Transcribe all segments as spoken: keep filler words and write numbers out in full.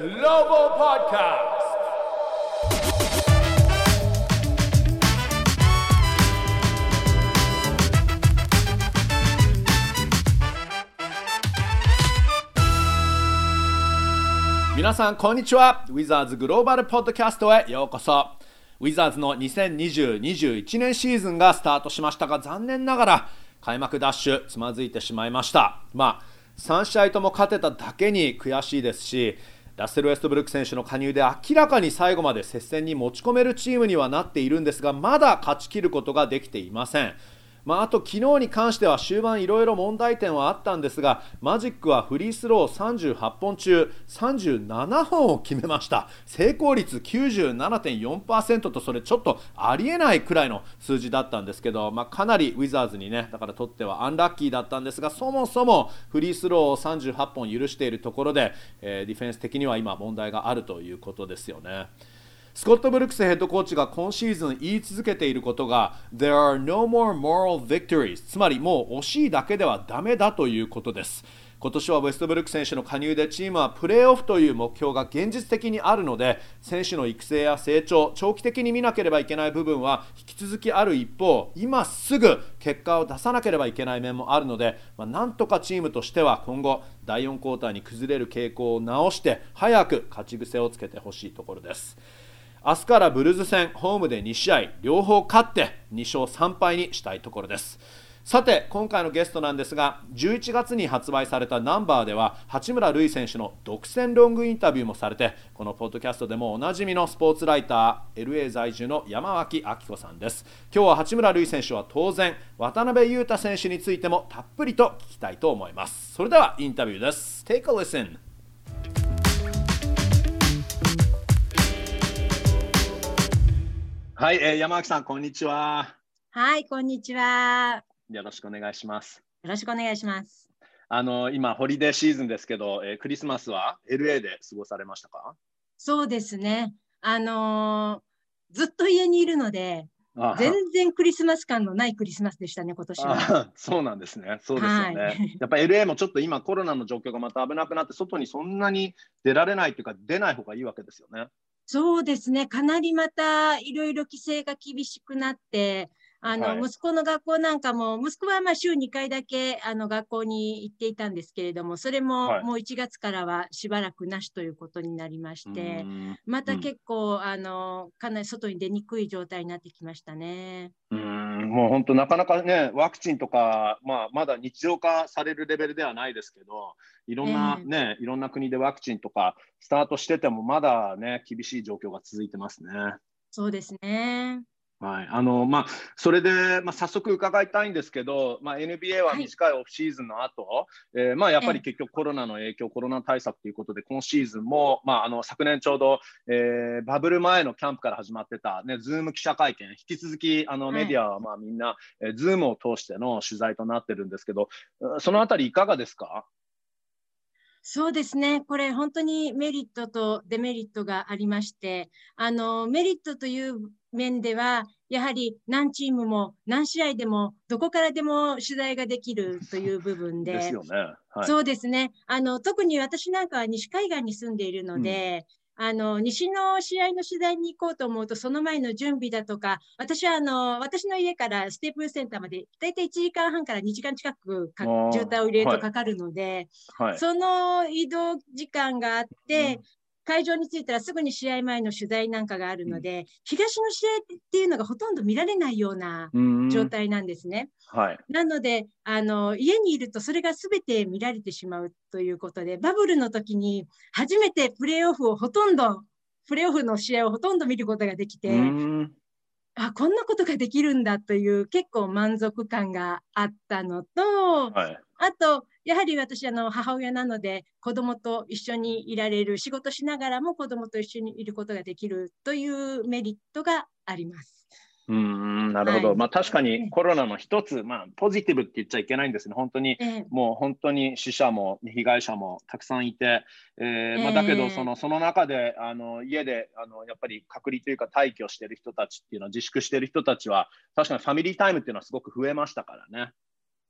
Global Podcast。皆さんこんにちは。ウィザーズグローバルポッドキャストへようこそ。ウィザーズのにせんにじゅう、にじゅういちねんシーズンがスタートしましたが、残念ながら開幕ダッシュつまずいてしまいました。まあさん試合とも勝てただけに悔しいですし、ラッセル・ウェストブルック選手の加入で明らかに最後まで接戦に持ち込めるチームにはなっているんですが、まだ勝ち切ることができていません。まあ、あと昨日に関しては終盤いろいろ問題点はあったんですが、マジックはフリースローさんじゅうはっぽん中さんじゅうななほんを決めました。成功率 きゅうじゅうななてんよんパーセント と、それちょっとありえないくらいの数字だったんですけど、まあ、かなりウィザーズにねだからとってはアンラッキーだったんですが、そもそもフリースローをさんじゅうはっぽん許しているところで、えー、ディフェンス的には今問題があるということですよね。スコット・ブルックスヘッドコーチが今シーズン言い続けていることが There are no more moral victories、 つまりもう惜しいだけではダメだということです。今年はウェストブルック選手の加入でチームはプレーオフという目標が現実的にあるので、選手の育成や成長、長期的に見なければいけない部分は引き続きある一方、今すぐ結果を出さなければいけない面もあるので、まあ、なんとかチームとしては今後だいよんクォーターに崩れる傾向を直して早く勝ち癖をつけてほしいところです。明日からブルーズ戦、ホームでに試合両方勝ってに勝さん敗にしたいところです。さて今回のゲストなんですが、じゅういちがつに発売されたナンバーでは八村塁選手の独占ロングインタビューもされて、このポッドキャストでもおなじみのスポーツライター エルエー 在住の山脇明子さんです。今日は八村塁選手は当然渡邊雄太選手についてもたっぷりと聞きたいと思います。それではインタビューです。 Take a listen。はい、えー、山脇さんこんにちは。 はい、こんにちは。 よろしくお願いします。 よろしくお願いします。 あの今ホリデーシーズンですけど、えー、クリスマスは エルエー で過ごされましたか？ そうですね。あのー、ずっと家にいるので、全然クリスマス感のないクリスマスでしたね、今年は。 あそうなんですね。そうですよね。はい、やっぱ エルエー もちょっと今コロナの状況がまた危なくなって、外にそんなに出られないというか出ない方がいいわけですよね。 そうですね。かなりまたいろいろ規制が厳しくなって、あの、はい、息子の学校なんかも、息子はまあ週にかいだけあの学校に行っていたんですけれども、それももういちがつからはしばらくなしということになりまして、はい、また結構、うん、あのかなり外に出にくい状態になってきましたね。 うーん、もう本当なかなかね、ワクチンとか、まあ、まだ日常化されるレベルではないですけど、いろんなね、えー、いろんな国でワクチンとかスタートしててもまだね、厳しい状況が続いてますね。 そうですね。 はい、あのまあ、それで、まあ、早速伺いたいんですけど、まあ、エヌビーエー は短いオフシーズンの後、はい、えーまあ、やっぱり結局コロナの影響、コロナ対策ということで、今シーズンも、まあ、あの昨年ちょうど、えー、バブル前のキャンプから始まってた、ね、ズーム記者会見、引き続きあのメディアはまあみんな、はい、えー、ズームを通しての取材となってるんですけど、そのあたりいかがですか？ そうですね。これ本当にメリットとデメリットがありまして、あのメリットという面では、やはり何チームも何試合でもどこからでも取材ができるという部分で、 ですよね。はい、 そうですね。あの特に私なんかは西海岸に住んでいるので、うん、あの西の試合の取材に行こうと思うと、その前の準備だとか、私はあの私の家からステープルセンターまでだいたいいちじかんはんからにじかん近くか渋滞を入れるとかかるので、はいはい、その移動時間があって、うん、会場に着いたらすぐに試合前の取材なんかがあるので、うん、東の試合っていうのがほとんど見られないような状態なんですね。はい、なのであの家にいるとそれが全て見られてしまうということで、バブルの時に初めてプレーオフをほとんどプレーオフの試合をほとんど見ることができて、あ、こんなことができるんだという結構満足感があったのと、はい、あとやはり私あの母親なので、子供と一緒にいられる、仕事しながらも子供と一緒にいることができるというメリットがあります。 うーん、なるほど。はい、まあ確かにコロナの一つ、まあポジティブって言っちゃいけないんですね。本当に、ええ、もう本当に死者も被害者もたくさんいて、えーまあ、だけどその、その中であの家であのやっぱり隔離というか退去してる人たちっていうのは、自粛してる人たちは確かにファミリータイムっていうのはすごく増えましたからね。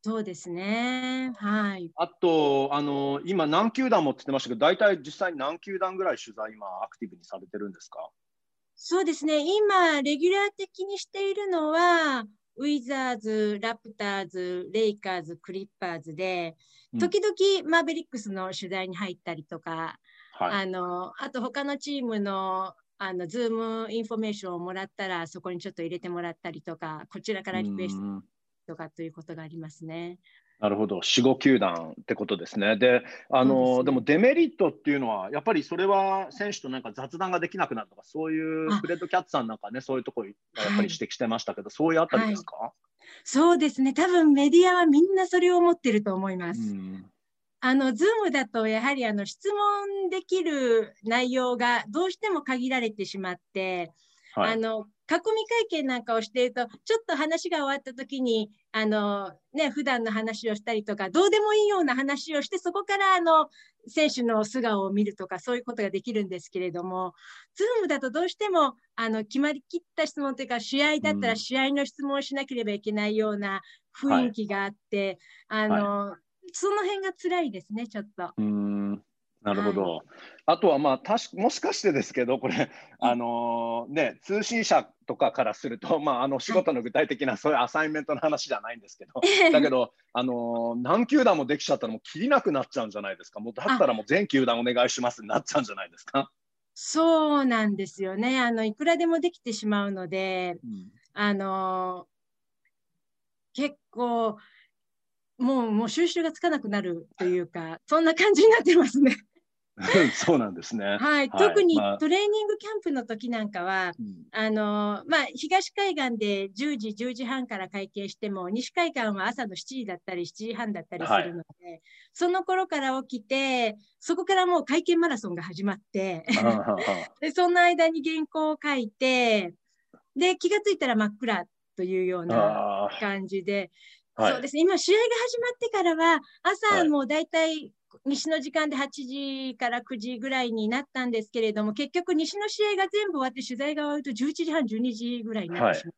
そうですね。はい。 あと、あの今、何球団もって言ってましたけど、大体実際に何球団ぐらい取材、今、アクティブにされてるんですか？ そうですね。今、レギュラー的にしているのは、ウィザーズ、ラプターズ、レイカーズ、クリッパーズで、 うん、 時々マーベリックスの取材に入ったりとか、 はい。 あの、あと他のチームの、あの、ズームインフォメーションをもらったら、そこにちょっと入れてもらったりとか、こちらかうーらリクエスん、 トとかということがありますね。 なるほど、よん、ご球団ってことですね。で、あそうです。 のでもデメリットっていうのは、やっぱりそれは選手となんか雑談ができなくなるとか、そういうあ、 フレッド・キャッツさんなんかね、そういうところやっぱはい。 り指摘してましたけど、そういうあたりはい。 ですか？ そうですね。多分メディアはみんなそれを思ってると思いまうす。 ん、 あの、ズームだと、やはり、あの、質問できる内容がどうしても限られてしまって、 はい。 あの、囲み会見なんかをしていると、ちょっと話が終わった時に、あの、ね、普段の話をしたりとか、どうでもいいような話をして、そこから、あの、選手の素顔を見るとか、そういうことができるんですけれども、ズームだとどうしても、あの、決まりきった質問というか、試合だったらうん、 試合の質問をしなければいけないような雰はい。 囲気があって、あはい。 の、その辺が辛いですね、ちょっと。 うーん、なるほはい。 ど。あとは、まあ、たしもしかしてですけど、これ、あのね、通信社とかからすると、まあ、あの仕はい。 事の具体的なそういうアサインメントの話じゃないんですけど、だけど、あの何球団もできちゃったらもう切りなくなっちゃうんじゃないですか。もうだったらあ、 もう全球団お願いしますになっちゃうんじゃないですか。 そうなんですよね。あの、いくらでもできてしまうので、 うん、 あの、結構、もう、もう収集がつかなくなるというか、そんな感じになってますね。 そうなんですね。 はい。 はい。 特にまあ、 トレーニングキャンプの時なんかは、 うん、 あの、まあ、東海岸でじゅうじ、じゅうじはんから会見しても、西海岸は朝のしちじだったり、しちじはんだったりすはい。 るので、その頃から起きて、そこからもう会見マラソンが始まって、 あははで、その間に原稿を書いて、で、気がついたら真っ暗というようなあ感じで、 あ、はい。 そうですね、今、試合が始まってからは、 はい。 朝もう大体、西の時間ではちじからくじぐらいになったんですけれども、結局、西の試合が全部終わって、取材が終わるとじゅういちじはん、じゅうにじぐらいになってはい。 しまって、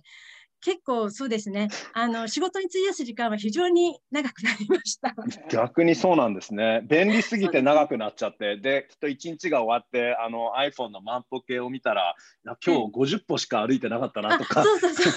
結構そうですね、あの仕事に費やす時間は非常に長くなりました。 逆にそうなんですね。便利すぎそうですね。 て長くなっちゃって、で、きっといちにちが終わって、あの iPhone の万歩計を見たら、いや今日ごじゅっ歩しか歩いてなかったなあ、 とか、 そうそうそう。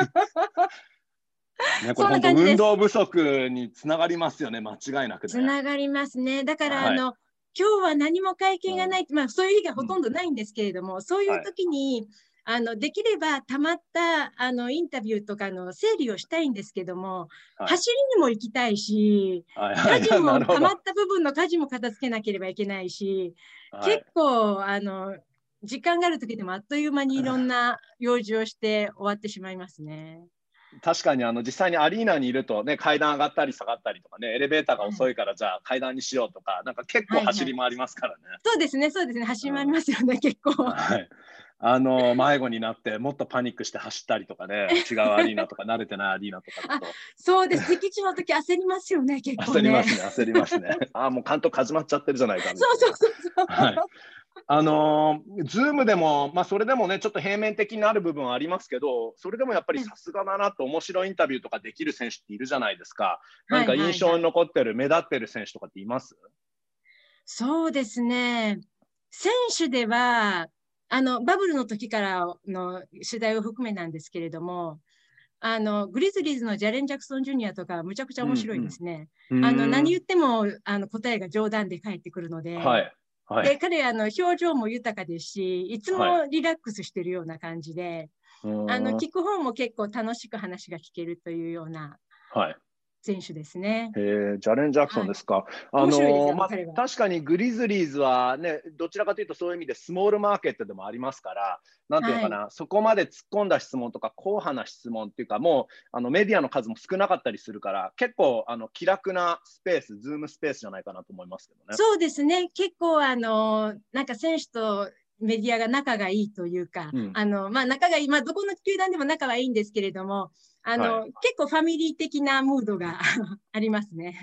ね、これそんな本当感じです。 運動不足につながりますよね、間違いなくね。 つながりますね。だから、あはい。 の、今日は何も会うん。 見がない、まあ、そういう日がほとうん。 んどないんですけれども、そういうはい。 時に、あの、できればたまったあのインタビューとかの整理をしたいんですけども、 はい。 走りにも行きたいし、 はい。 家事はい。なるほど。 もたまった部分の家事も片付けなければいけないし、結はい。 構、あの、時間がある時でもあっという間にいろんな用事をして終わってしまいますね。 確かにあの実際にアリーナにいると、ね、階段上がったり下がったりとかね、エレベーターがはい。 遅いからじゃあ階段にしようとか、なんか結構はいはい。 走り回りますからね。 そうですね、そうですね。走り回りうん。 ますよね、結構。 はい。あの、迷子になって、もっとパニックして走ったりとかね、違うアリーナとか、慣れてないアリーナとかだあ、 と、 そうです。敵地の時焦りますよね、結構ね。 焦りますね、焦りますね。ああ、もう監督始まっちゃってるじゃないかみたいな。 そうそうそうそはい。 う。 あのー、ズームでも、まあ、それでもね、ちょっと平面的になる部分はありますけど、それでもやっぱりさすがだなと、面白いインタビューとかできる選手っているじゃないですか。何はいか印象にはいはい。 残ってる、目立ってる選手とかっています？ そうですね。選手では、あの、バブルの時からの取材を含めなんですけれども、あの、グリズリーズのジャレン・ジャクソン・ジュニアとか、むちゃくちゃ面白いうんですね。 うん。 あの、何言っうーん。 ても、あの、答えが冗談で返ってくるので、 はい。はで、 い。 彼、あの、表情も豊かですし、いつはい。 もリラックスしてるような感じで、 うあの、 ーん。 聞く方も結構楽しく話が聞けるというようなはい。 選手ですね。 えー、ジャレン・ジャクソンはい。 ですか。あ面白いですよ、 のーまあ、 彼は。 確かにグリズリーズはね、どちらかというとそういう意味でスモールマーケットでもありますから、なんていうのはい。 かな、そこまで突っ込んだ質問とか、硬派な質問っていうか、もうあのメディアの数も少なかったりするから、結構あの気楽なスペース、ズームスペースじゃないかなと思いますけどね。 そうですね。結構、あの、なんか選手とメディアが仲がいいというか、 うん。 あの、まあ、仲がいい、まあ、どこの球団でも仲はいいんですけれども、あはい。 の、結構ファミリー的なムードがありますね。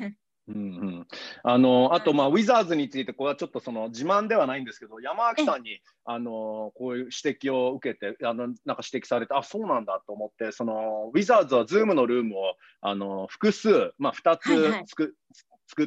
うんうん、あのあと、まあ、ウィザーズについて、これはちょっとその自慢ではないんですけど、山脇さんにあのこういう指摘を受けて、あのなんか指摘されて、あ、そうなんだと思って、そのウィザーズはズームのルームをあの複数、まあ、ふたつつく、はいはい作って、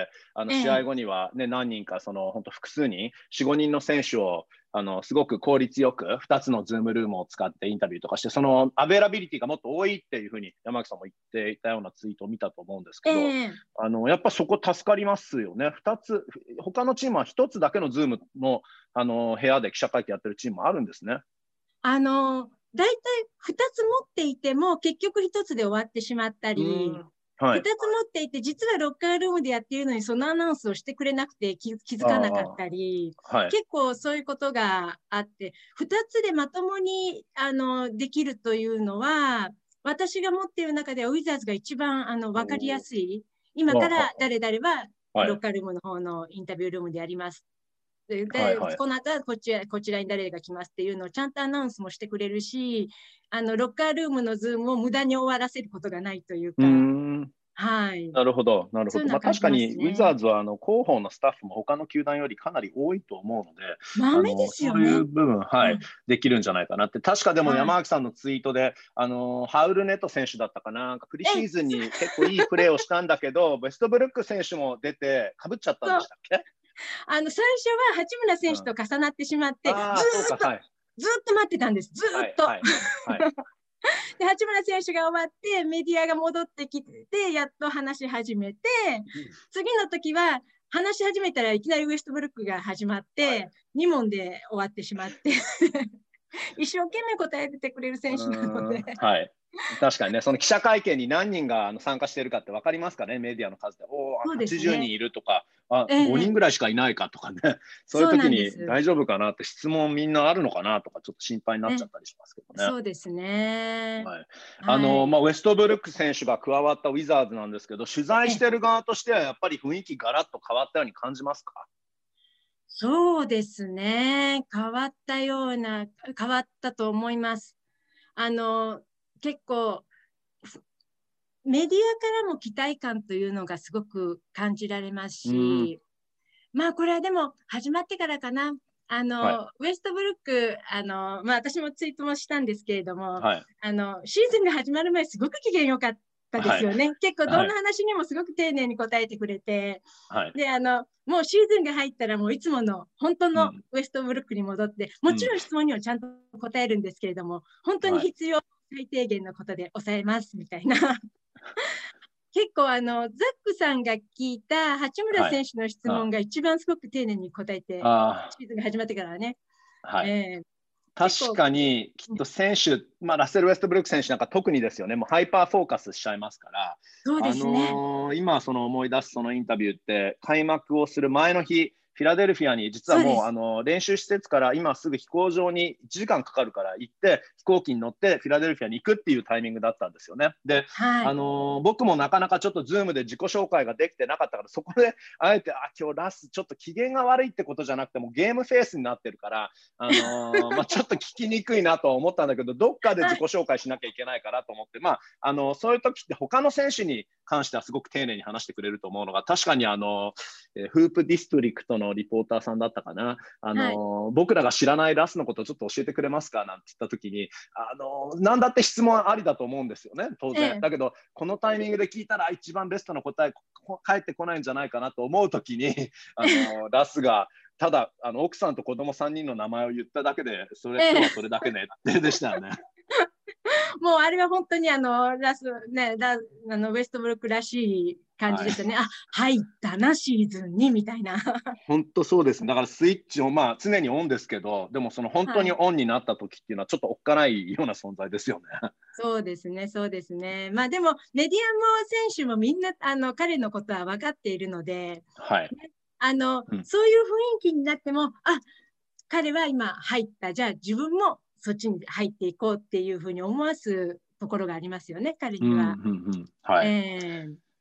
あの試合後には、ね、何人かその本当複数人、よん、ごにんの選手をあのすごく効率よくふたつのズームルームを使ってインタビューとかして、そのアベラビリティがもっと多いっていうふうに山木さんも言っていたようなツイートを見たと思うんですけど、えー、あのやっぱそこ助かりますよね。ふたつ、他のチームはひとつだけのズームの、あの部屋で記者会見やってるチームもあるんですね。 あのだいたいふたつ持っていても結局ひとつで終わってしまったり、はい、ふたつ持っていて、実はロッカールームでやっているのに、そのアナウンスをしてくれなくて気づかなかったり、はい、結構そういうことがあって、ふたつでまともにあのできるというのは、私が持っている中ではウィザーズが一番あの分かりやすい、今から誰々はロッカールームの方のインタビュールームでやります。で、はいはい、この後はこちら、こちらに誰が来ますっていうのをちゃんとアナウンスもしてくれるし、あのロッカールームのズームを無駄に終わらせることがないというか。うーん、はい。 なるほど、なるほど。まあ、確かにウィザーズはあの広報のスタッフも他の球団よりかなり多いと思うので、 まめですよね、 そういう部分、はい、うん、できるんじゃないかなって。確かでも山脇さんのツイートで、はい、あのハウルネット選手だったかな、なんかプリシーズンに結構いいプレーをしたんだけど、ベストブルック選手も出てかぶっちゃったんでしたっけ？ あの最初は八村選手と重なってしまって、うん、ずーっと、はい、ずっと待ってたんです。ずーっと。はいはいはいで八村選手が終わってメディアが戻ってきてやっと話し始めて、うん、次の時は話し始めたらいきなりウエストブルックが始まって、はい、に問で終わってしまって一生懸命答えてくれる選手なので、 はい、確かにね、その記者会見に何人が参加しているかって分かりますかね、メディアの数で。おー、はちじゅうにんいるとか、あ、えー、ごにんぐらいしかいないかとかね、そういう時に大丈夫かなって質問みんなあるのかなとかちょっと心配になっちゃったりしますけどね。 そうですね。 はい、あの、はい、まあ、ウェストブルック選手が加わったウィザーズなんですけど、取材してる側としてはやっぱり雰囲気ガラッと変わったように感じますか？ そうですね。変わったような、変わったと思います。あの、結構、メディアからも期待感というのがすごく感じられますし、うん、まあこれはでも始まってからかな。あの、はい、ウエストブルック、あの、まあ私もツイートもしたんですけれども、はい、あの、シーズンが始まる前すごく機嫌良かったですよね。はい、結構どんな話にもすごく丁寧に答えてくれて、はい、で、あの、もうシーズンが入ったらもういつもの本当のウエストブルックに戻って、うん、もちろん質問にはちゃんと答えるんですけれども、本当に必要最低限のことで抑えますみたいな。結構あのザックさんが聞いた八村選手の質問が一番すごく丁寧に答えて、はい、シーズンが始まってからね。 はい、えー、確かにきっと選手、まあ、ラッセル・ウェストブルック選手なんか特にですよね、もうハイパーフォーカスしちゃいますから、 そうですね、 あのー、今その思い出すそのインタビューって開幕をする前の日、フィラデルフィアに実はもうあの練習施設から今すぐ飛行場にいちじかんかかるから行って飛行機に乗ってフィラデルフィアに行くっていうタイミングだったんですよね。で、はい、あの僕もなかなかちょっとズームで自己紹介ができてなかったから、そこであえてあ今日ラスちょっと機嫌が悪いってことじゃなくてもゲームフェースになってるから、あのまあ、ちょっと聞きにくいなとは思ったんだけど、どっかで自己紹介しなきゃいけないからと思って、まあ、あのそういう時って他の選手に関してはすごく丁寧に話してくれると思うのが、確かにあのフープディストリクトのリポーターさんだったかな、あの、はい、僕らが知らないラスのことをちょっと教えてくれますかなんて言った時に、あの何だって質問ありだと思うんですよね、当然、ええ、だけどこのタイミングで聞いたら一番ベストな答え返ってこないんじゃないかなと思う時にあのラスがただあの奥さんと子供さんにんの名前を言っただけで、それ、ええ、今日はそれだけねってでしたよね。 もうあれは本当にあのラス、ね、ラあのウェストブルックらしい感じでしたね。はい、あ、入ったなシーズンにみたいな。 本当そうです。だからスイッチをまあ常にオンですけど、でもその本当にオンになった時っていうのはちょっとおっかないような存在ですよね。はい、 そうですね、そうですね。まあでもメディアも選手もみんなあの彼のことは分かっているので、はい、ね、あの、うん、そういう雰囲気になっても、あ、彼は今入った、じゃあ自分もそっちに入っていこうっていうふうに思わすところがありますよね、彼には。うんうんうん、はい、えー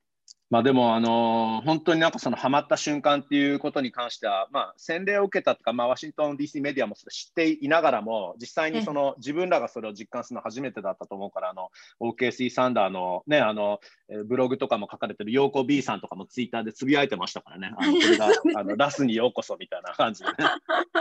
まあでも、あのー本当になんかそのハマった瞬間っていうことに関しては、まあ、洗礼を受けたとか、まあ、ワシントン ディーシー メディアもそれ知っていながらも、実際にそえの自分らがそれを実感するのは初めてだったと思うから、あの オーケーシー サンダーの,、ね、あのえーブログとかも書かれてるヨーコ B さんとかもツイッターでつぶやいてましたからね、あのこれがあのラスにようこそみたいな感じでね。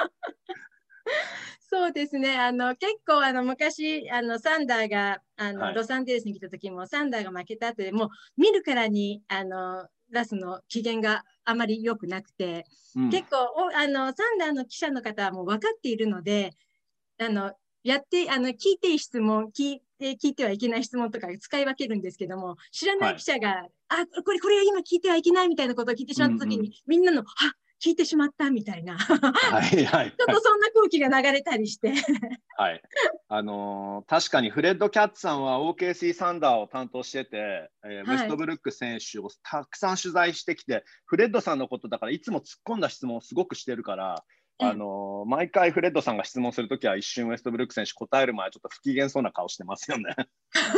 そうですね。あの結構あの昔あのサンダーがあのはい、 ロサンゼルスに来た時もサンダーが負けた後でもう見るからにあのラスの機嫌があまり良くなくて、 うん、 結構おあのサンダーの記者の方はもう分かっているので、あのやってあの聞いていい質問聞いて聞いてはいけない質問とか使い分けるんですけども、知らなはい、 い記者があこれこれ今聞いてはいけないみたいなことを聞いてしうん、 まった時に、 うん、 みんなのあ聞いてしまったみたいなちょっはい、はい、はい。 とそんな空気が流れたりしてはい。あのー確かにフレッド・キャッツさんは オーケーシー サンダーを担当してて、えーウェスはい。 トブルック選手をたくさん取材してきて、フレッドさんのことだからいつも突っ込んだ質問をすごくしてるから、あえのー毎回フレッドさんが質問するときは一瞬ウェストブルック選手答える前ちょっと不機嫌そうな顔してますよね。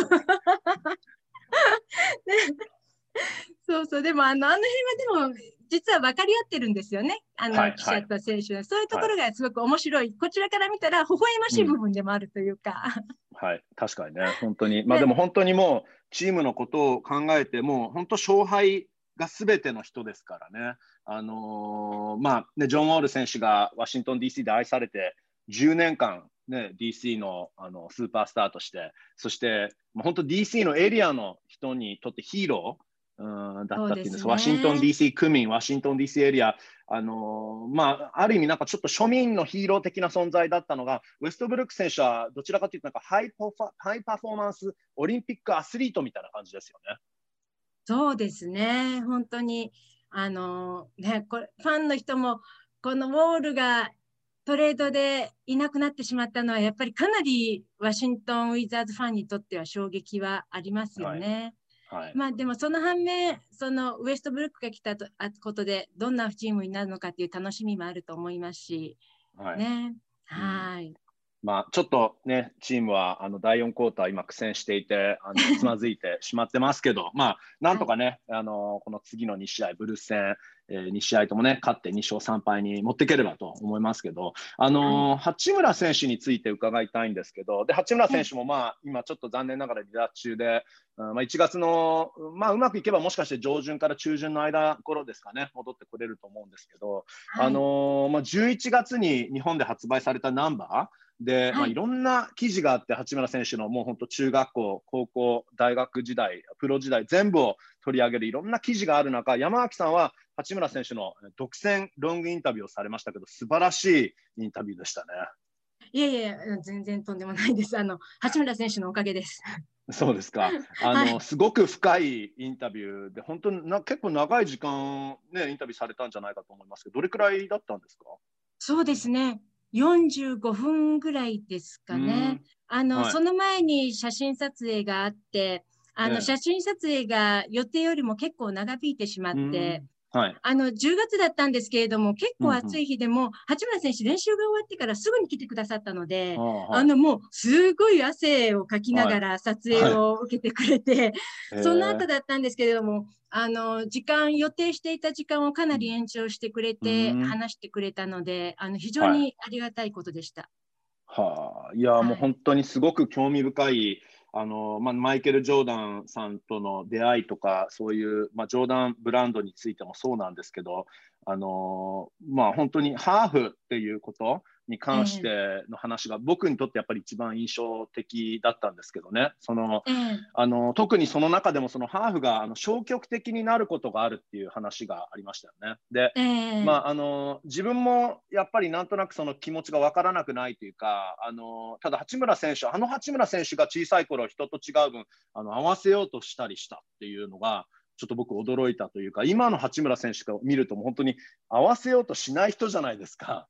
そうそう、でもあのあの辺はでも実は分かり合ってるんですよね。あはい、 の記者はい、 と選手のそういうとはい。 ころがすごく面白い。こちらから見たら微笑ましい部うん。 分でもあるというか。 はい、確かにね、本当に。まあでで、 も本当にもう、チームのことを考えて、もう本当、勝敗がすべての人ですからね。あのーまあね、ジョン・ウォール選手がワシントン ディーシー で愛されて、じゅうねんかん、ね、ディーシー の、あのスーパースターとして、そして、まあ、本当、ディーシー のエリアの人にとってヒーロー、うん、だっそうですたっていうんです。ワシントンね。 ディーシー 区民、ワシントン ディーシー エリア、あのーまあ、ある意味、なんかちょっと庶民のヒーロー的な存在だったのが、ウェストブルック選手はどちらかというとなんかハイポファ、ハイパフォーマンスオリンピックアスリートみたいな感じですよね。 そうですね。本当にあのね、これファンの人もこのウォールがトレードでいなくなってしまったのはやっぱりかなりワシントン・ウィザーズファンにとっては衝撃はありますよはい。 ね。 はい。 まあでもその反面、そのウエストブルックが来たとあことで、どんなチームになるのかっていう楽しみもあると思いますし、 はい。 ね。 うん。 はい。 まあ、ちょっとね、チームはあのだいよんクォーター、今、苦戦していて、あのつまずいてしまってますけど、まあ、なんはい。 とかね、あのこの次のに試合、ブルース戦、えー、に試合ともね、勝ってに勝さん敗に持っていければと思いますけど、あはい。 の八村選手について伺いたいんですけど、で八村選え手も、まあ、今、ちょっと残念ながら離脱中で、うんまあ、いちがつの、まあ、うまくいけばもしかして上旬から中旬の間頃ですかね、戻ってこれると思うんですけど、あはい。 のまあ、じゅういちがつに日本で発売されたナンバー、で、まあ、いはい。 ろんな記事があって、八村選手のもう本当、中学校、高校、大学時代、プロ時代、全部を取り上げるいろんな記事がある中、山脇さんは八村選手の独占ロングインタビューをされましたけど、素晴らしいインタビューでしたね。 いえいえ、全然とんでもないです。あの、八村選手のおかげです。 そうですか。あの、 はい。 すごく深いインタビューで、本当にな結構長い時間、ね、インタビューされたんじゃないかと思いますけど、どれくらいだったんですか？ そうですね。よんじゅうごふんぐらいですうーかね。 ん。 あの、 はい。 その前に写真撮影があって、あの、 ええ。 写真撮影が予定よりも結構長引いてしまうーって、 ん。はい。 あの、じゅうがつだったんですけれども、結構暑うんうん。 い日でも、八村選手練習が終わってからすぐに来てくださったので、 ああ、はい。 あの、もう、すごい汗をかきなはい。 がら撮影はい。 を受けてくれて、 へその後え。 だったんですけれども、あの、時間、予定していた時間をかなり延長してくれうて、 ん。うーん。 話してくれたので、あの、非常はい。 にありがたいことでした。 はあ、いや、もうはい。 本当にすごく興味深い、あの、まあ、マイケル・ジョーダンさんとの出会いとか、そういう、まあ、ジョーダンブランドについてもそうなんですけど、あの、まあ、本当にハーフっていうことに関しええ、 ての話が僕にとってやっぱり一番印象的だったんですけどね。その、 ええ、 あの、特にその中でもそのハーフがあの消極的になることがあるっていう話がありましたよね。で、 ええ、 まあ、あの自分もやっぱりなんとなくその気持ちが分からなくないというか、あのただ八村選手、あの八村選手が小さい頃人と違う分あの合わせようとしたりしたっていうのがちょっと僕驚いたというか、今の八村選手を見ると本当に合わせようとしない人じゃないですか。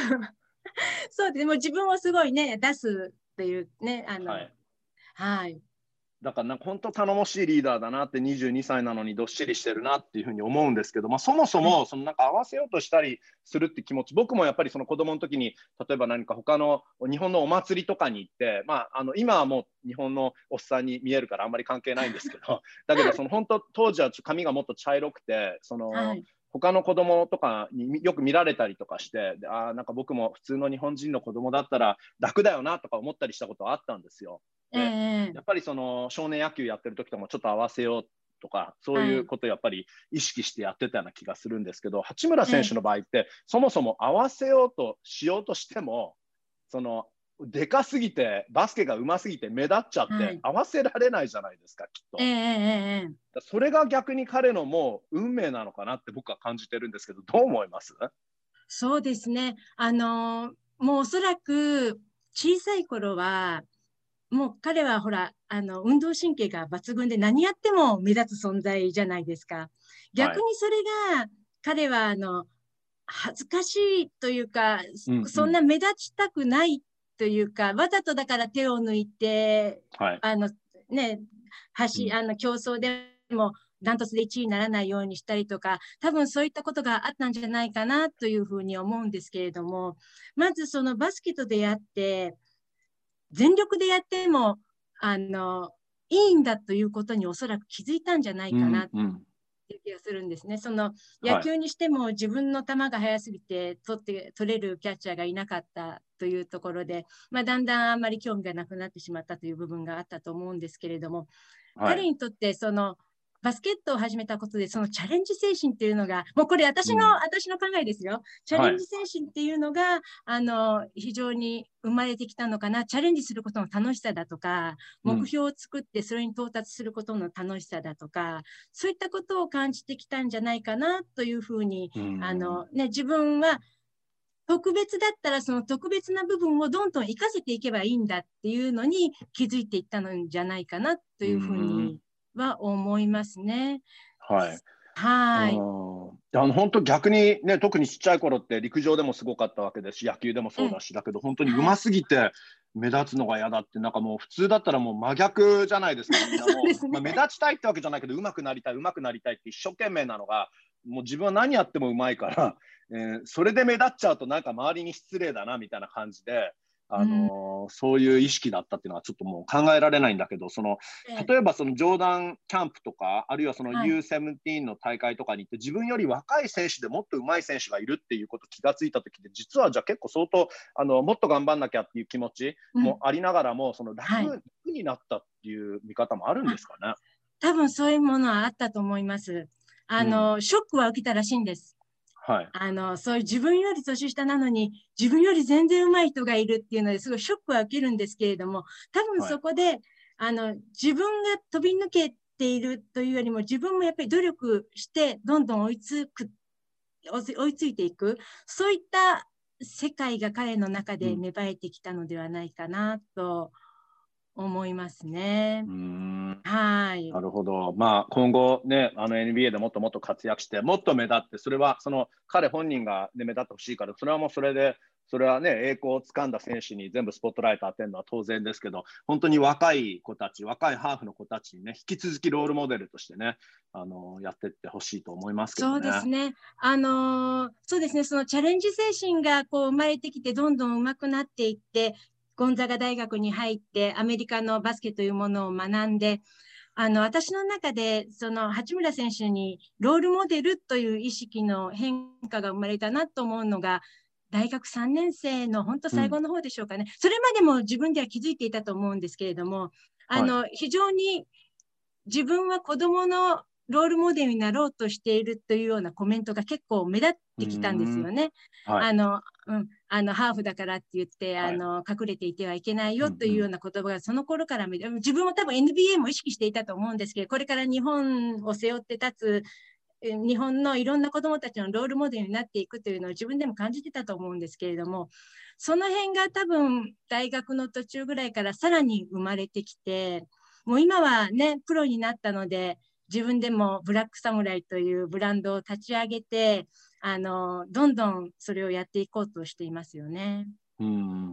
そうです。もう自分をすごいね、出すっていうね、あの、 はい。 はい。 だからなんか本当頼もしいリーダーだなって、にじゅうにさいなのにどっしりしてるなっていうふうに思うんですけど、まあ、そもそもそのなんか合わせようとしたりするって気持ち、僕もやっぱりその子供の時に例えば何か他の日本のお祭りとかに行って、まあ、あの今はもう日本のおっさんに見えるからあんまり関係ないんですけどだけどその本当当時は髪がもっと茶色くて、その、はい、他の子供とかによく見られたりとかして、であなんか僕も普通の日本人の子供だったら楽だよなとか思ったりしたことはあったんですよ。で、えー、やっぱりその少年野球やってる時ともちょっと合わせようとか、そういうことをやっぱり意識してやってたような気がするんですけど、はい、八村選手の場合って、えー、そもそも合わせようとしようとしても、そのでかすぎてバスケがうますぎて目立っちゃって、はい、合わせられないじゃないですか、きっと。 えー、 それが逆に彼のもう運命なのかなって僕は感じてるんですけど、どう思います？ そうですね。あのもうおそらく小さい頃はもう彼はほら、あの、運動神経が抜群で何やっても目立つ存在じゃないですか。逆にそれが、はい、彼は、あの、恥ずかしいというか、うんうん、そんな目立ちたくないというか、わざとだから手を抜いて、はい、あの、ね、走、あの、競争でも、ダントツでいちいにならないようにしたりとか、多分そういったことがあったんじゃないかなというふうに思うんですけれども、まずそのバスケと出会って、全力でやっても、あの、いいんだということにおそらく気づいたんじゃないかなっていう気がするんですね。うんうん、その野球にしても自分の球が速すぎて取って、取れるキャッチャーがいなかったというところで、まあ、だんだんあんまり興味がなくなってしまったという部分があったと思うんですけれども、はい、彼にとってその、バスケットを始めたことで、そのチャレンジ精神っていうのが、もうこれ私の、うん、私の考えですよ。チャレンジ精神っていうのが、はい、あの、非常に生まれてきたのかな。チャレンジすることの楽しさだとか、目標を作ってそれに到達することの楽しさだとか、うん、そういったことを感じてきたんじゃないかなというふうに、うん、あの、ね、自分は特別だったらその特別な部分をどんどん活かせていけばいいんだっていうのに気づいていったのじゃないかなというふうに、うんは思いますね。 はい。 はい。 あの本当逆にね、特にちっちゃい頃って陸上でもすごかったわけですし、野球でもそうだし、だけど本当にうますぎて目立つのが嫌だって、なんかもう普通だったらもう真逆じゃないですか。みんなもう、ね、まあ、目立ちたいってわけじゃないけど、うまくなりたい、うまくなりたいって一生懸命なのが、もう自分は何やってもうまいから、えー、それで目立っちゃうとなんか周りに失礼だなみたいな感じで。あのーうん、そういう意識だったっていうのはちょっともう考えられないんだけど、その例えばそのジョーダンキャンプとか、あるいはその ユーセブンティーン の大会とかに行って、自分より若い選手でもっと上手い選手がいるっていうこと気がついたときで、実はじゃあ結構相当あのもっと頑張んなきゃっていう気持ちもありながらも、うん、その 楽,、はい、楽になったっていう見方もあるんですかね。 多分そういうものはあったと思います。あの、うん、ショックは受けたらしいんです。はい、あのそういう自分より年下なのに自分より全然上手い人がいるっていうのですごいショックは受けるんですけれども、多分そこで、はい、あの自分が飛び抜けているというよりも自分もやっぱり努力してどんどん追いつく追いついていく、そういった世界が彼の中で芽生えてきたのではないかなと思いますね。 うん、 はい。 なるほど。まあ今後ね、あの エヌビーエー でもっともっと活躍して、もっと目立って、それはその彼本人が、ね、目立ってほしいから、それはもうそれで、それはね、栄光をつかんだ選手に全部スポットライト当てるのは当然ですけど、本当に若い子たち、若いハーフの子たちにね、引き続きロールモデルとしてね、あのやっていってほしいと思いますけどね。 そうですね。あのー、そうですね。そのチャレンジ精神がこう生まれてきて、どんどん上手くなっていって、ゴンザガ大学に入って、アメリカのバスケというものを学んで、あの、私の中で、その、八村選手にロールモデルという意識の変化が生まれたなと思うのが、大学さんねん生の本当最後の方でしょうかね。うん、それまでも自分では気づいていたと思うんですけれども、あの、はい、非常に自分は子供のロールモデルになろうとしているというようなコメントが結構目立ってきたんですよね。はい、あの、うん、あの、ハーフだからって言って、はい、あの、隠れていてはいけないよというような言葉がその頃から、うんうん、自分も多分 エヌビーエー も意識していたと思うんですけど、これから日本を背負って立つ、日本のいろんな子どもたちのロールモデルになっていくというのを自分でも感じてたと思うんですけれども、その辺が多分大学の途中ぐらいからさらに生まれてきて、もう今はね、プロになったので、自分でもブラックサムライというブランドを立ち上げて、あの、どんどんそれをやっていこうとしていますよね。 うん。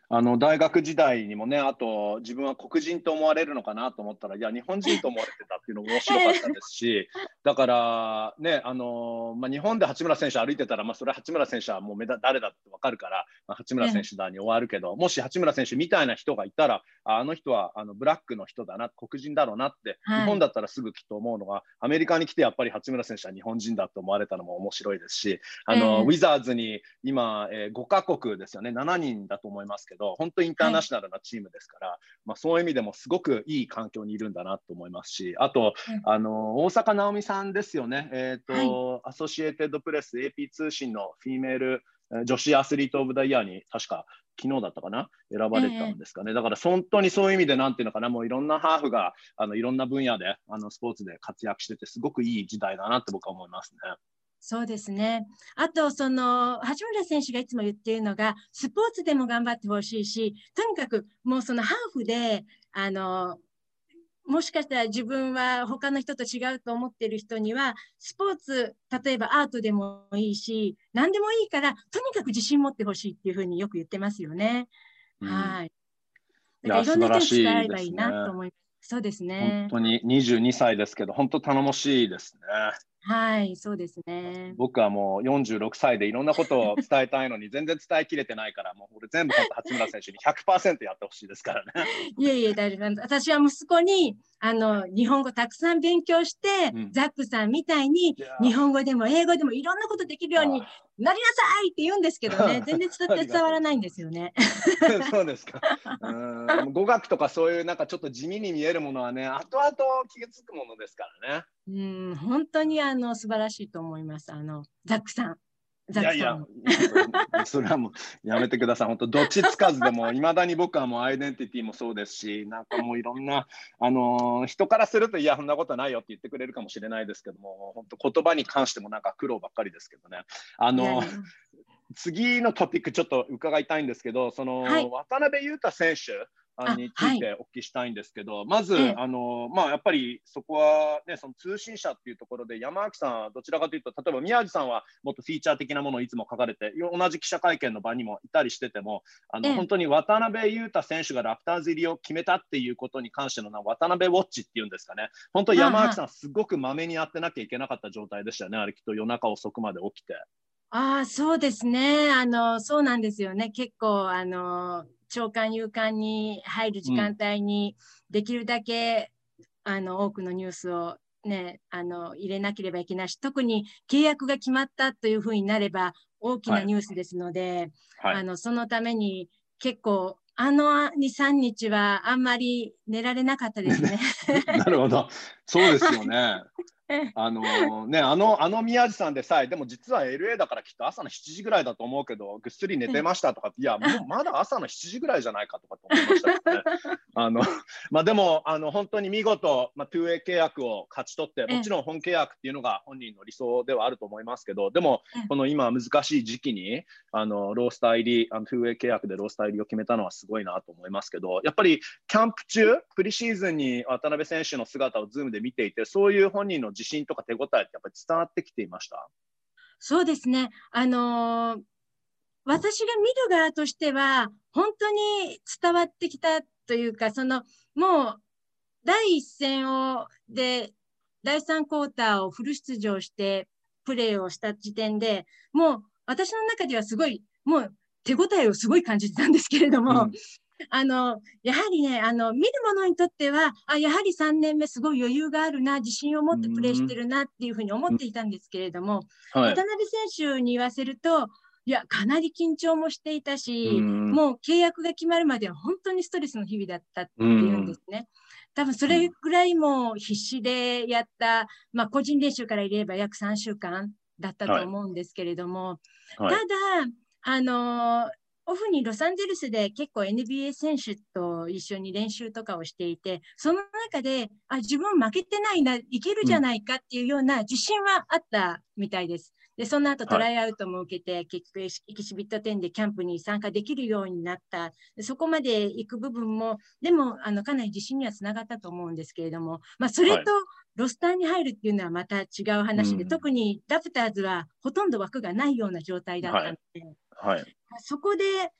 あの大学時代にもね、あと自分は黒人と思われるのかなと思ったら、いや、日本人と思われてたっていうのも面白かったですし、だからね、あのまあ、日本で八村選手歩いてたら、まあ、それは八村選手はもう目だ誰だって分かるから、まあ、八村選手だに終わるけど、もし八村選手みたいな人がいたら、ああの人はあのブラックの人だな、黒人だろうなって、はい、日本だったらすぐきっと思うのが、アメリカに来てやっぱり八村選手は日本人だと思われたのも面白いですし、あの、えー、ウィザーズに今、えー、ごカ国ですよね、ななにんだと思いますけど、本当インターナショナルなチームですから、はい、まあ、そういう意味でもすごくいい環境にいるんだなと思いますし、あと、うん、あの大坂なおみさんですよね、えーとはい、アソシエイテッドプレス エーピー 通信のフィメール女子アスリートオブザイヤーに確か昨日だったかな選ばれたんですかね、えー、だから本当にそういう意味でなんていうのかな、もういろんなハーフがあのいろんな分野であのスポーツで活躍しててすごくいい時代だなって僕は思いますね。 そうですね。あと、その、八村選手がいつも言っているのが、スポーツでも頑張ってほしいし、とにかくもうそのハーフで、あの、もしかしたら自分は他の人と違うと思っている人には、スポーツ、例えばアートでもいいし、何でもいいから、とにかく自信持ってほしいっていうふうによく言ってますよね。うん、はい。だからいろんな人に伝えればいいなと思います。そうですね。 本当ににじゅうにさいですけど、本当頼もしいですね。 はい、そうですね。 僕はもうよんじゅうろくさいでいろんなことを伝えたいのに全然伝えきれてないから、もう俺全部本当八村選手に ひゃくパーセント やってほしいですからね。 いえいえ、大丈夫なんです。私は息子に、あの、日本語たくさん勉強して、うん、ザックさんみたいに、日本語でも英語でもいろんなことできるようになりなさいって言うんですけどね、全然伝わらないんですよね。 そうですか。うん、語学とかそういうなんかちょっと地味に見えるものはね、後々気がつくものですからね。 うん、本当にあの素晴らしいと思います。あのザックさん。 いやいや、それはもうやめてください。本当どっちつかずでもいまだに僕はもうアイデンティティもそうですし、なんかもういろんなあのー、人からするといやそんなことないよって言ってくれるかもしれないですけども、本当言葉に関してもなんか苦労ばっかりですけどね。あのー、次のトピックちょっと伺いたいんですけど、その、はい、渡邊雄太選手についてお聞きしたいんですけど、はい、まず、ええ、あのまあ、やっぱりそこは、ね、その通信社っていうところで山脇さんはどちらかというと、例えば宮地さんはもっとフィーチャー的なものをいつも書かれて同じ記者会見の場にもいたりしてても、あの、ええ、本当に渡邊雄太選手がラプターズ入りを決めたっていうことに関しての渡邊ウォッチっていうんですかね、本当山脇さんすごくまめにやってなきゃいけなかった状態でしたよね。あれきっと夜中遅くまで起きて。 ああ、そうですね。あのそうなんですよね。結構あの朝刊夕刊に入る時間帯にできるだけ、うん、あの多くのニュースを、ね、あの入れなければいけないし、特に契約が決まったというふうになれば大きなニュースですので、はいはい、あのそのために結構あのに、さんにちはあんまり寝られなかったですね。 なるほど、そうですよね。あのね、あの、あの宮地さんでさえ、でも実は エルエー だからきっと朝のしちじぐらいだと思うけど、ぐっすり寝てましたとかって、いや、もうまだ朝のしちじぐらいじゃないかとかと思いましたけどね。あの、まあでも、あの、本当に見事、まあ、ツーウェイ 契約を勝ち取って、もちろん本契約っていうのが本人の理想ではあると思いますけど、でも、この今難しい時期に、あの、ロースター入り、あの、ツーウェイ 契約でロースター入りを決めたのはすごいなと思いますけど、やっぱりキャンプ中、プリシーズンに渡邊選手の姿をズームで見ていて、そういう本人の自信とか手応えってやっぱり伝わってきていました？ そうですね。あのー、私が見る側としては、本当に伝わってきたというか、その、もう、第一戦を、で、だいさんクォーターをフル出場して、プレーをした時点で、もう、私の中ではすごい、もう、手応えをすごい感じてたんですけれども、うん、あの、やはりね、あの、見る者にとっては、あ、やはりさんねんめすごい余裕があるな、自信を持ってプレーしてるなっていうふうに思っていたんですけれども、はい、渡邊選手に言わせると、いや、かなり緊張もしていたし、もう契約が決まるまでは本当にストレスの日々だったっていうんですね。多分それぐらいもう必死でやった、まあ個人練習から言えば約さんしゅうかんだったと思うんですけれども、はいはい、ただ、あのー、オフにロサンゼルスで結構 エヌビーエー 選手と一緒に練習とかをしていて、その中で、あ、自分負けてないな、いけるじゃないかっていうような自信はあったみたいです。で、その後トライアウトも受けて、はい、結局エキシビットじゅうでキャンプに参加できるようになった。そこまで行く部分も、でも、あの、かなり自信にはつながったと思うんですけれども、まあ、それとロスターに入るっていうのはまた違う話で、はい、特にラプターズはほとんど枠がないような状態だったので、はいはい、そこで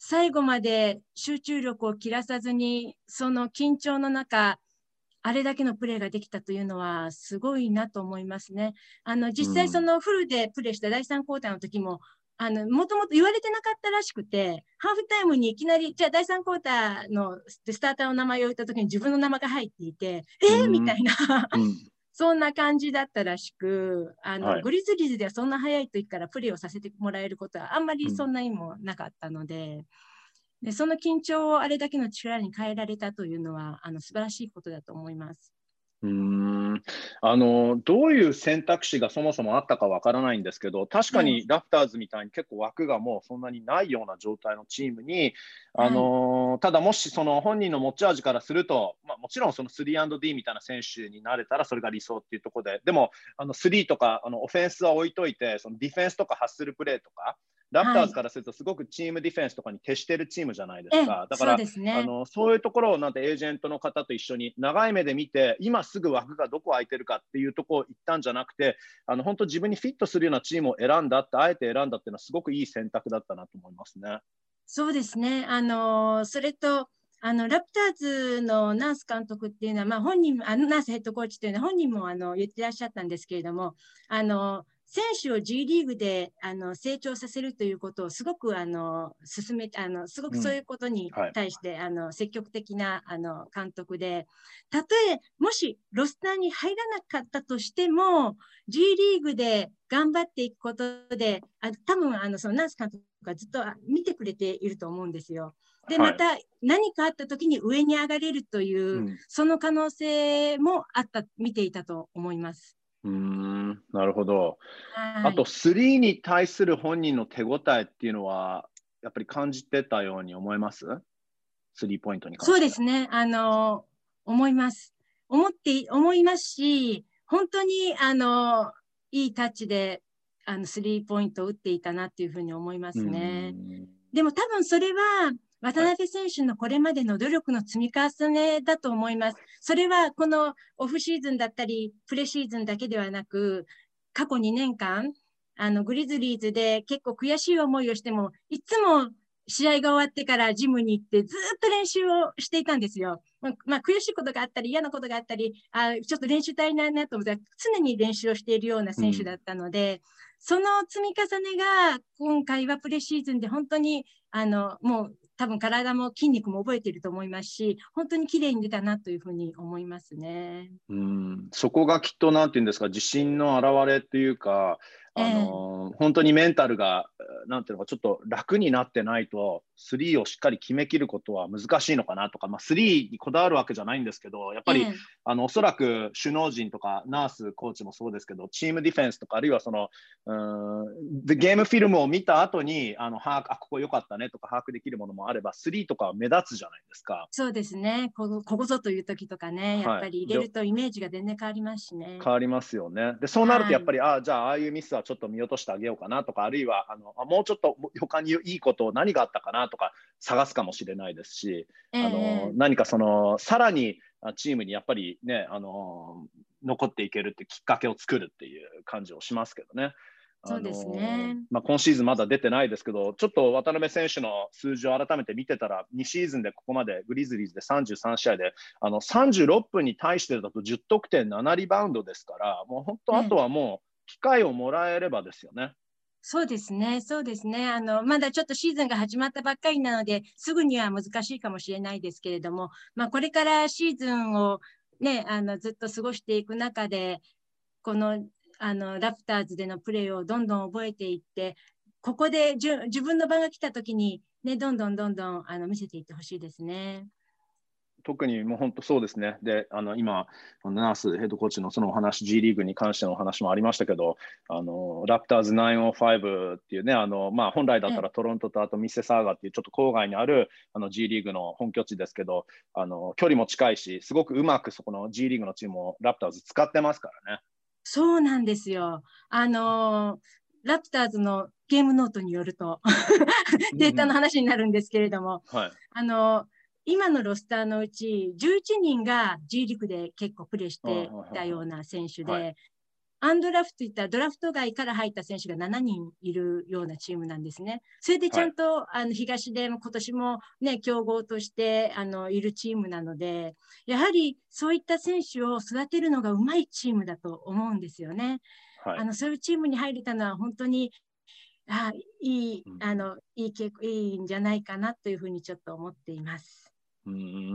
最後まで集中力を切らさずに、その緊張の中、あれだけのプレーができたというのはすごいなと思いますね。あの実際そのフルでプレーしただいさんクォーターの時も、あのもともと言われてなかったらしくて、ハーフタイムにいきなりじゃあだいさんクォーターのスターターの名前を言った時に自分の名前が入っていて、えー、みたいな、うん、そんな感じだったらしく、あの、はい、グリズリーズではそんな早い時からプレーをさせてもらえることはあんまりそんなにもなかったので、うんでその緊張をあれだけの力に変えられたというのはあの素晴らしいことだと思います。 うーんあのどういう選択肢がそもそもあったかわからないんですけど、確かにラプターズみたいに結構枠がもうそんなにないような状態のチームに、あのはい、ただもしその本人の持ち味からすると、まあ、もちろんその スリーアンドディー みたいな選手になれたらそれが理想っていうところで、でもあのスリーとかあのオフェンスは置いといて、そのディフェンスとかハッスルプレーとかラプターズからするとすごくチームディフェンスとかに徹しているチームじゃないですか。だから、そうですね、あのそういうところをなんてエージェントの方と一緒に長い目で見て、今すぐ枠がどこ空いてるかっていうところを言ったんじゃなくて、あの本当自分にフィットするようなチームを選んだって、あえて選んだっていうのはすごくいい選択だったなと思いますね。 そうですね。あのそれとあのラプターズのナース監督っていうのは、まあ、本人あのナースヘッドコーチというのは本人もあの言ってらっしゃったんですけれども、あの選手を G リーグであの成長させるということをすごくあの進めあのすごくそういうことに対して、うんはい、あの積極的なあの監督で、たとえもしロスターに入らなかったとしても G リーグで頑張っていくことで、あ多分あのそのナース監督がずっと見てくれていると思うんですよ。でまた何かあった時に上に上がれるという、はい、その可能性もあった見ていたと思います。 うーんなるほど。あとスリーに対する本人の手応えっていうのはやっぱり感じてたように思います？スリーポイントに関して。 そうですね。あの思います。思って思いますし、本当にあのいいタッチであのスリーポイントを打っていたなっていうふうに思いますね。でも多分それは渡辺選手のこれまでの努力の積み重ねだと思います。それはこのオフシーズンだったりプレシーズンだけではなく、過去にねんかんあのグリズリーズで結構悔しい思いをしても、いつも試合が終わってからジムに行ってずっと練習をしていたんですよ。まあ、まあ、悔しいことがあったり嫌なことがあったり、あちょっと練習足りないなと思ったら常に練習をしているような選手だったので、うん、その積み重ねが今回はプレシーズンで本当にあのもう多分体も筋肉も覚えていると思いますし、本当に綺麗に出たなというふうに思いますね。 うん、そこがきっとなんていうんですか、自信の表れっていうか、あのーえー、本当にメンタルがなんていうのかちょっと楽になってないとスリーをしっかり決めきることは難しいのかなとか、まあ、スリーにこだわるわけじゃないんですけど、やっぱり、えー、あのおそらく首脳陣とかナースコーチもそうですけど、チームディフェンスとかあるいはそのうんでゲームフィルムを見た後にあの把握あここ良かったねとか把握できるものもあれば、スリーとかは目立つじゃないですか。 そうですね。こここぞという時とかね、やっぱり入れるとイメージが全然変わりますしね。 変わりますよね。でそうなるとやっぱり、はい、あじゃあああいうミスはちょっと見落としてあげようかなとか、あるいはあのあもうちょっと他にいいこと何があったかなとか探すかもしれないですし、えー、あの何かそのさらにチームにやっぱりねあの残っていけるってきっかけを作るっていう感じをしますけどね。 そうですね。 まあ、今シーズンまだ出てないですけど、ちょっと渡辺選手の数字を改めて見てたら、にシーズンでここまでグリズリーズでさんじゅうさんしあいであのさんじゅうろっぷんに対してだとじゅってんてんななリバウンドですから、もう本当あとはもう機会をもらえればですよね。 ね、そうですね、そうですね。あのまだちょっとシーズンが始まったばっかりなので、すぐには難しいかもしれないですけれども、まあ、これからシーズンを、ね、あのずっと過ごしていく中で、このあのラプターズでのプレーをどんどん覚えていって、ここでじゅ自分の番が来たときに、ね、どんどんどんどんあの見せていってほしいですね。 特にもう本当そうですね。で、あの今、ナースヘッドコーチのそのお話、G リーグに関してのお話もありましたけど、あのラプターズきゅうまるごっていうね、あのまあ、本来だったらトロントとあとミセサーガっていうちょっと郊外にあるあの G リーグの本拠地ですけど、あの距離も近いし、すごくうまくそこの G リーグのチームをラプターズ使ってますからね。 そうなんですよ。あのラプターズのゲームノートによるとデータの話になるんですけれども、 はい、 あの今のロスターのうちじゅういちにんが G リーグで結構プレーしていたような選手で、はい、 アンドラフトといったらドラフト外から入った選手がななにんいるようなチームなんですね。それでちゃんと、はい、あの東でも今年も、ね、強豪としてあのいるチームなので、やはりそういった選手を育てるのがうまいチームだと思うんですよね。はい、あのそういうチームに入れたのは本当にあいい、あのいい、いいんじゃないかなというふうにちょっと思っています。 うん、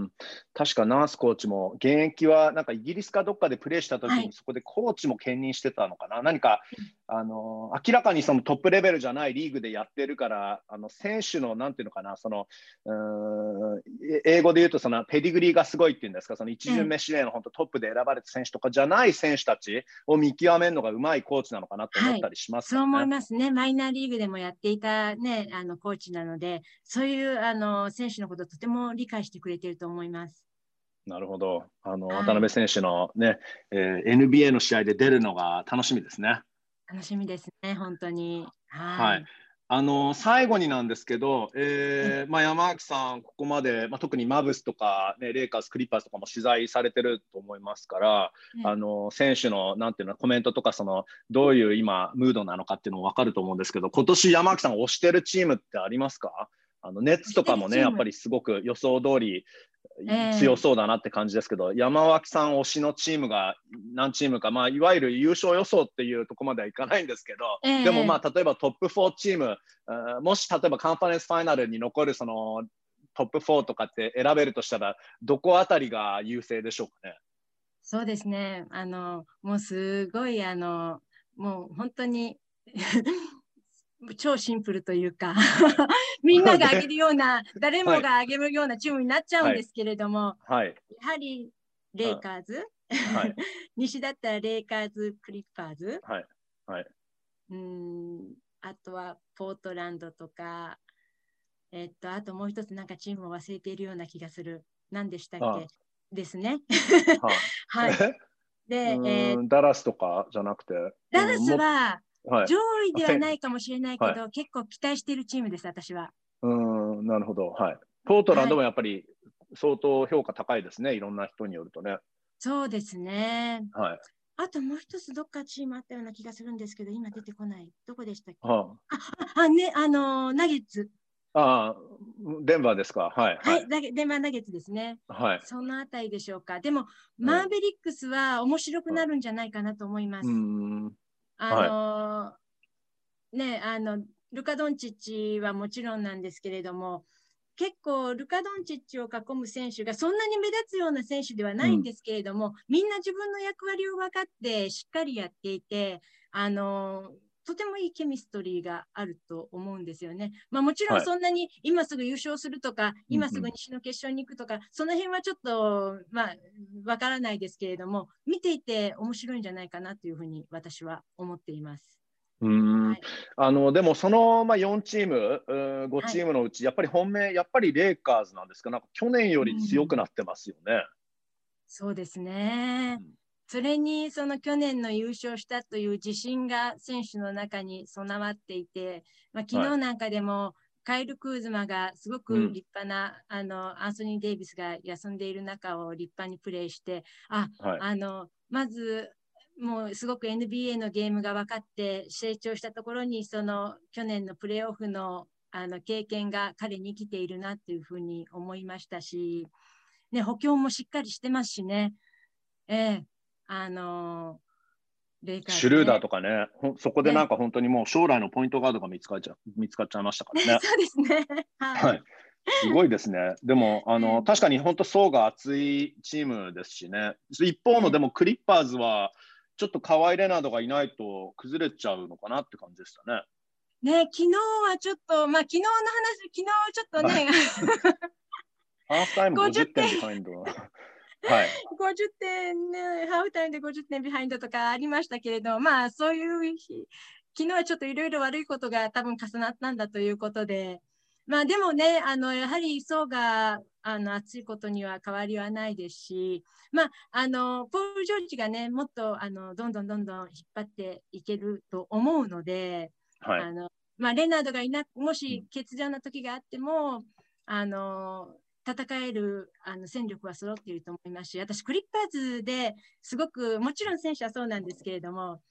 確かナースコーチも現役はなんかイギリスかどっかでプレーしたときにそこでコーチも兼任してたのかな、はい、何かあの明らかにそのトップレベルじゃないリーグでやってるからあの選手のなんていうのかなそのうーん英語で言うとそのペディグリーがすごいっていうんですかその一巡目指名の本当トップで選ばれた選手とかじゃない選手たちを見極めるのがうまいコーチなのかなと思ったりしますかね、 はい、そう思いますね。マイナーリーグでもやっていた、ね、あのコーチなのでそういうあの選手のことをとても理解してくれていると思います。 なるほど。あの、はい、渡辺選手のね、えー、エヌビーエー の試合で出るのが楽しみですね。 楽しみですね、本当に。 はい。はい、あの最後になんですけど、えーまあ、山脇さん、ここまで、まあ、特にマブスとか、ね、レイカーズ、クリッパーズとかも取材されてると思いますから、あの選手のなんていうのコメントとかその、どういう今、ムードなのかっていうのも分かると思うんですけど、今年山脇さんが推してるチームってありますか？あのネッツとかもね、やっぱりすごく予想通り強そうだなって感じですけど、えー、山脇さん推しのチームが何チームか、まあ、いわゆる優勝予想っていうところまではいかないんですけど、えー、でもまあ例えばトップフォーチーム、もし例えばカンファレンスファイナルに残るそのトップフォーとかって選べるとしたら、どこあたりが優勢でしょうかね。 そうですね、あのもうすごいあのもう本当に超シンプルというかみんなが上げるような誰もが上げるようなチームになっちゃうんですけれども、はいはい、やはりレイカーズ、はい、西だったらレイカーズクリッパーズ、はいはい、うんあとはポートランドとか、えっと、あともう一つなんかチームを忘れているような気がする。何でしたっけああですね。 はい。で、えー、ダラスとかじゃなくて。 ダラスは上位ではないかもしれないけど、はい、結構期待しているチームです、私は。 うん、なるほど。はい。ポートランドもやっぱり相当評価高いですね、はい、いろんな人によるとね。 そうですね。 はい。 あともう一つどっかチームあったような気がするんですけど、今出てこない。どこでしたっけ？はあ、あ、あ、ね、あのー、ナゲッツ。 ああ、デンバーですか。はい。 はい、はい、デンバーナゲッツですね。はい。そのあたりでしょうか。でも、マーベリックスは面白くなるんじゃないかなと思います。うん。あのー、はい、ね、あの、ルカ・ドンチッチはもちろんなんですけれども、結構ルカ・ドンチッチを囲む選手がそんなに目立つような選手ではないんですけれども、うん、みんな自分の役割を分かってしっかりやっていて、あのとてもいいケミストリーがあると思うんですよね。まあ、もちろんそんなに今すぐ優勝するとか、はい、今すぐ西の決勝に行くとか、うんうん、その辺はちょっとまあ分からないですけれども、見ていて面白いんじゃないかなというふうに私は思っています。 うん、はい、あのでもその、まあ、よんチーム、ごチームのうち、はい、やっぱり本命、やっぱりレイカーズなんですか、なんか去年より強くなってますよね。うん、 そうですね。うん、それにその去年の優勝したという自信が選手の中に備わっていて、まあ、昨日なんかでも、はい、カイル・クーズマがすごく立派な、うん、あのアンソニー・デイビスが休んでいる中を立派にプレーして、あ、はい、あのまずもうすごく エヌビーエー のゲームが分かって成長したところに、その去年のプレーオフのあの経験が彼に生きているなというふうに思いましたし、ね、補強もしっかりしてますしね。ええ、あのー、レイカーズね、 シュルーダーとかね、そこでなんか本当にもう将来のポイントガードが見つかっちゃ見つかっちゃいましたからね。 ね、そうですね。 はい。すごいですね。でも、あの、確かに本当層が厚いチームですしね。一方の、でもクリッパーズは、ちょっとカワイ・レナードがいないと崩れちゃうのかなって感じでしたね。 ね、昨日はちょっと、まあ、昨日の話、昨日ちょっとね、 ハーフタイムごじゅってんビハインド。はい、 ごじゅってんね、ハーフタイムでごじゅってんビハインドとかありましたけれど、まあそういう日、昨日はちょっといろいろ悪いことが多分重なったんだということで、まあでもね、あのやはり層があの厚いことには変わりはないですし、まああのポール・ジョージがね、もっとあのどんどんどんどん引っ張っていけると思うので、はい、あのまあレナードがいなもし欠場な時があっても、あの戦えるあの戦力は揃っていると思いますし、私クリッパーズですごくもちろん選手はそうなんですけれども、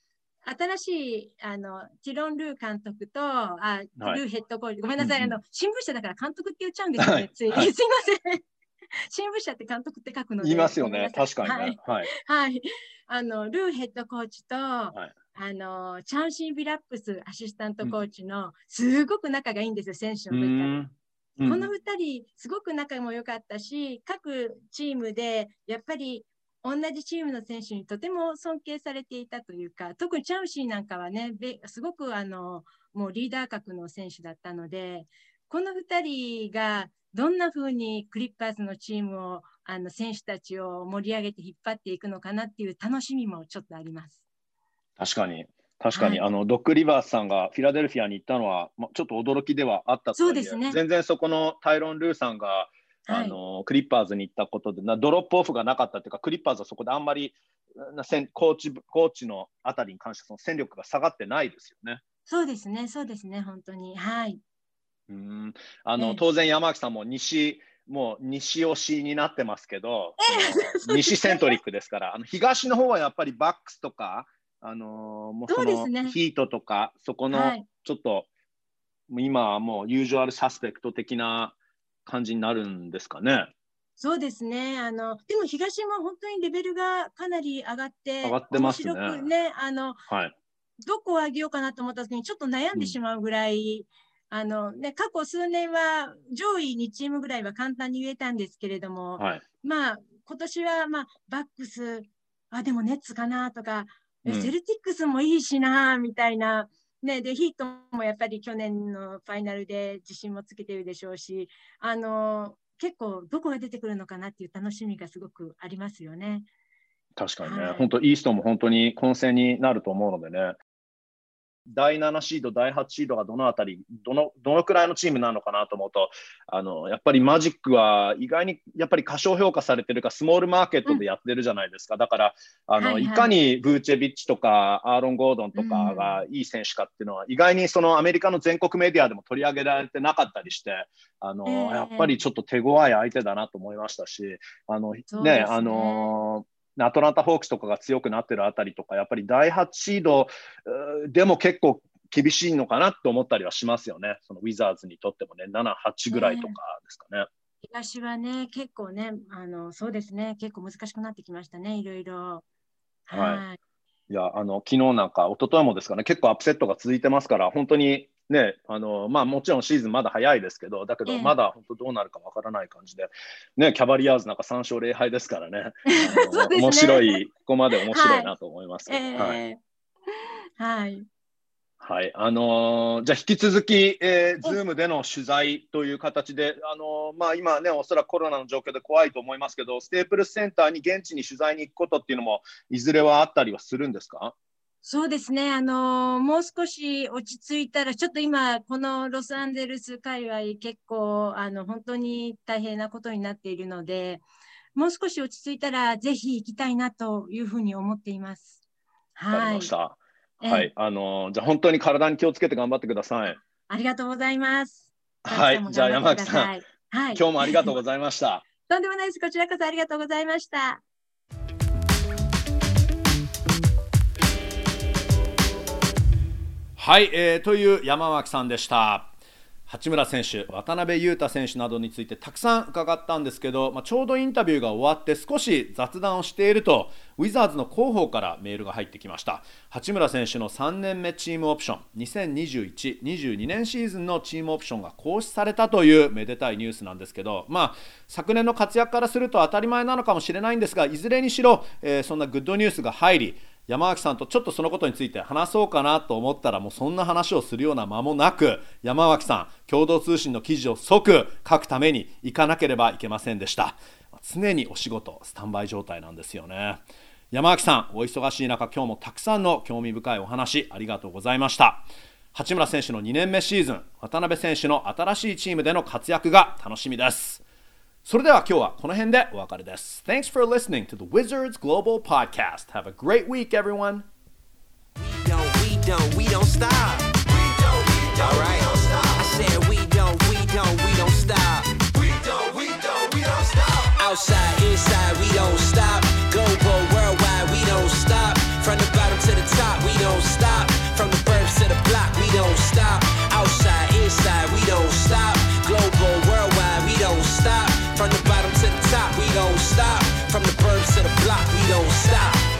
新しいあのティロン・ルー監督とあ、はい、ルーヘッドコーチ、ごめんなさい、うんうん、あの新聞社だから監督って言っちゃうんですよね、つい、はい、すいません。新聞社って監督って書くので。 言いますよね、確かにね。 はい。はいはい、あのルーヘッドコーチと、はい、あのチャンシー・ビラップスアシスタントコーチの、すごく仲がいいんですよ、選手の時から。うん、このふたり、すごく仲も良かったし、各チームでやっぱり同じチームの選手にとても尊敬されていたというか、特にチャンシーなんかはね、すごくあのもうリーダー格の選手だったので、このふたりがどんな風にクリッパーズのチームをあの選手たちを盛り上げて引っ張っていくのかなっていう楽しみもちょっとあります。 確かに確かに、はい、あのドック・リバースさんがフィラデルフィアに行ったのはちょっと驚きではあったとはいえ、そうですね、全然そこのタイロン・ルーさんがあの、はい、クリッパーズに行ったことでなドロップオフがなかったというか、クリッパーズはそこであんまりなコーチ、コーチのあたりに関してその戦力が下がってないですよね。 そうですね、そうですね、本当に。はい。 うんあの、えー、当然山脇さんも西もう西推しになってますけど、えー、西セントリックですからあの東の方はやっぱりバックスとか、あのー、もうそのヒートとか そ,、ね、そこのちょっと、はい、今はもうユージュアルサスペクト的な感じになるんですかね。 そうですね。あのでも東も本当にレベルがかなり上がって上がってますね。 面白くね、あの、はい、どこを上げようかなと思った時にちょっと悩んでしまうぐらい、うん、あのね、過去数年は上位にチームぐらいは簡単に言えたんですけれども、はい、まあ今年はまあバックス、あでもネッツかなとか、うん、セルティックスもいいしなみたいな。ね、でヒートもやっぱり去年のファイナルで自信もつけてるでしょうし、あの結構どこが出てくるのかなっていう楽しみがすごくありますよね。 確かにね、はい、本当イーストも本当に混戦になると思うのでね、だいななシード、だいはちシードがどのあたり、どの、どのくらいのチームなのかなと思うと、あの、やっぱりマジックは意外にやっぱり過小評価されてるか、スモールマーケットでやってるじゃないですか。うん、だから、あの、はいはい、いかにブーチェビッチとかアーロン・ゴードンとかがいい選手かっていうのは、うん、意外にそのアメリカの全国メディアでも取り上げられてなかったりして、あの、えー、やっぱりちょっと手強い相手だなと思いましたし、あの、ね、ねあの、アトランタ・ホークスとかが強くなってるあたりとか、やっぱりだいはちシードでも結構厳しいのかなと思ったりはしますよね。そのウィザーズにとってもね、なな、はちぐらいとかですかね。ね、 東はね、結構ね、あの、そうですね、結構難しくなってきましたね、いろいろ。 はい。はい、いや、あの、昨日なんか、一昨日もですかね、結構アップセットが続いてますから、本当にね、あの、まあもちろんシーズンまだ早いですけど、だけどまだ本当どうなるかわからない感じで、ね、キャバリアーズなんかさん勝ぜろ敗ですからね、あのね、面白い、ここまで面白いなと思います。はい。えー、はい。 はいはい、あのー、じゃあ引き続き、えー、Zoom での取材という形で、あのーまあ、今ね、おそらくコロナの状況で怖いと思いますけど、ステープルスセンターに現地に取材に行くことっていうのも、いずれはあったりはするんですか？ そうですね、あのー、もう少し落ち着いたら、ちょっと今、このロサンゼルス界隈、結構、あの、本当に大変なことになっているので、もう少し落ち着いたら、ぜひ行きたいなというふうに思っています。 はい。わかりました。はい、あのー、じゃあ本当に体に気をつけて頑張ってください。 ありがとうございます。 はい、じゃあ山脇さん、はい、今日もありがとうございました。 とんでもないです。こちらこそありがとうございました。 はい、えー、という山脇さんでした。八村選手、渡邊雄太選手などについてたくさん伺ったんですけど、まあ、ちょうどインタビューが終わって少し雑談をしているとウィザーズの広報からメールが入ってきました。八村選手のさんねんめチームオプション、にせんにじゅういち、にじゅうにねんシーズンのチームオプションが行使されたというめでたいニュースなんですけど、まあ、昨年の活躍からすると当たり前なのかもしれないんですが、いずれにしろ、えー、そんなグッドニュースが入り、山脇さんとちょっとそのことについて話そうかなと思ったら、もうそんな話をするような間もなく、山脇さん、共同通信の記事を即書くために行かなければいけませんでした。常にお仕事スタンバイ状態なんですよね。山脇さん、お忙しい中、今日もたくさんの興味深いお話ありがとうございました。八村選手のにねんめシーズン、渡邊選手の新しいチームでの活躍が楽しみです。それでは今日はこの辺でお別れです。Thanks for listening to the Wizards Global Podcast. Have a great week, everyone. We don't, we don't, we don't stop. We don't, we don't, All right. we don't stop. I said we don't, we don't, we don't stop. We don't, we don't, we don't stop. Outside, inside, we don't stop. Global, worldwide, we don't stop. From the bottom to the top, we don't stop. From the bottom to the top, we don't stop. From the burbs to the block, we don't stop.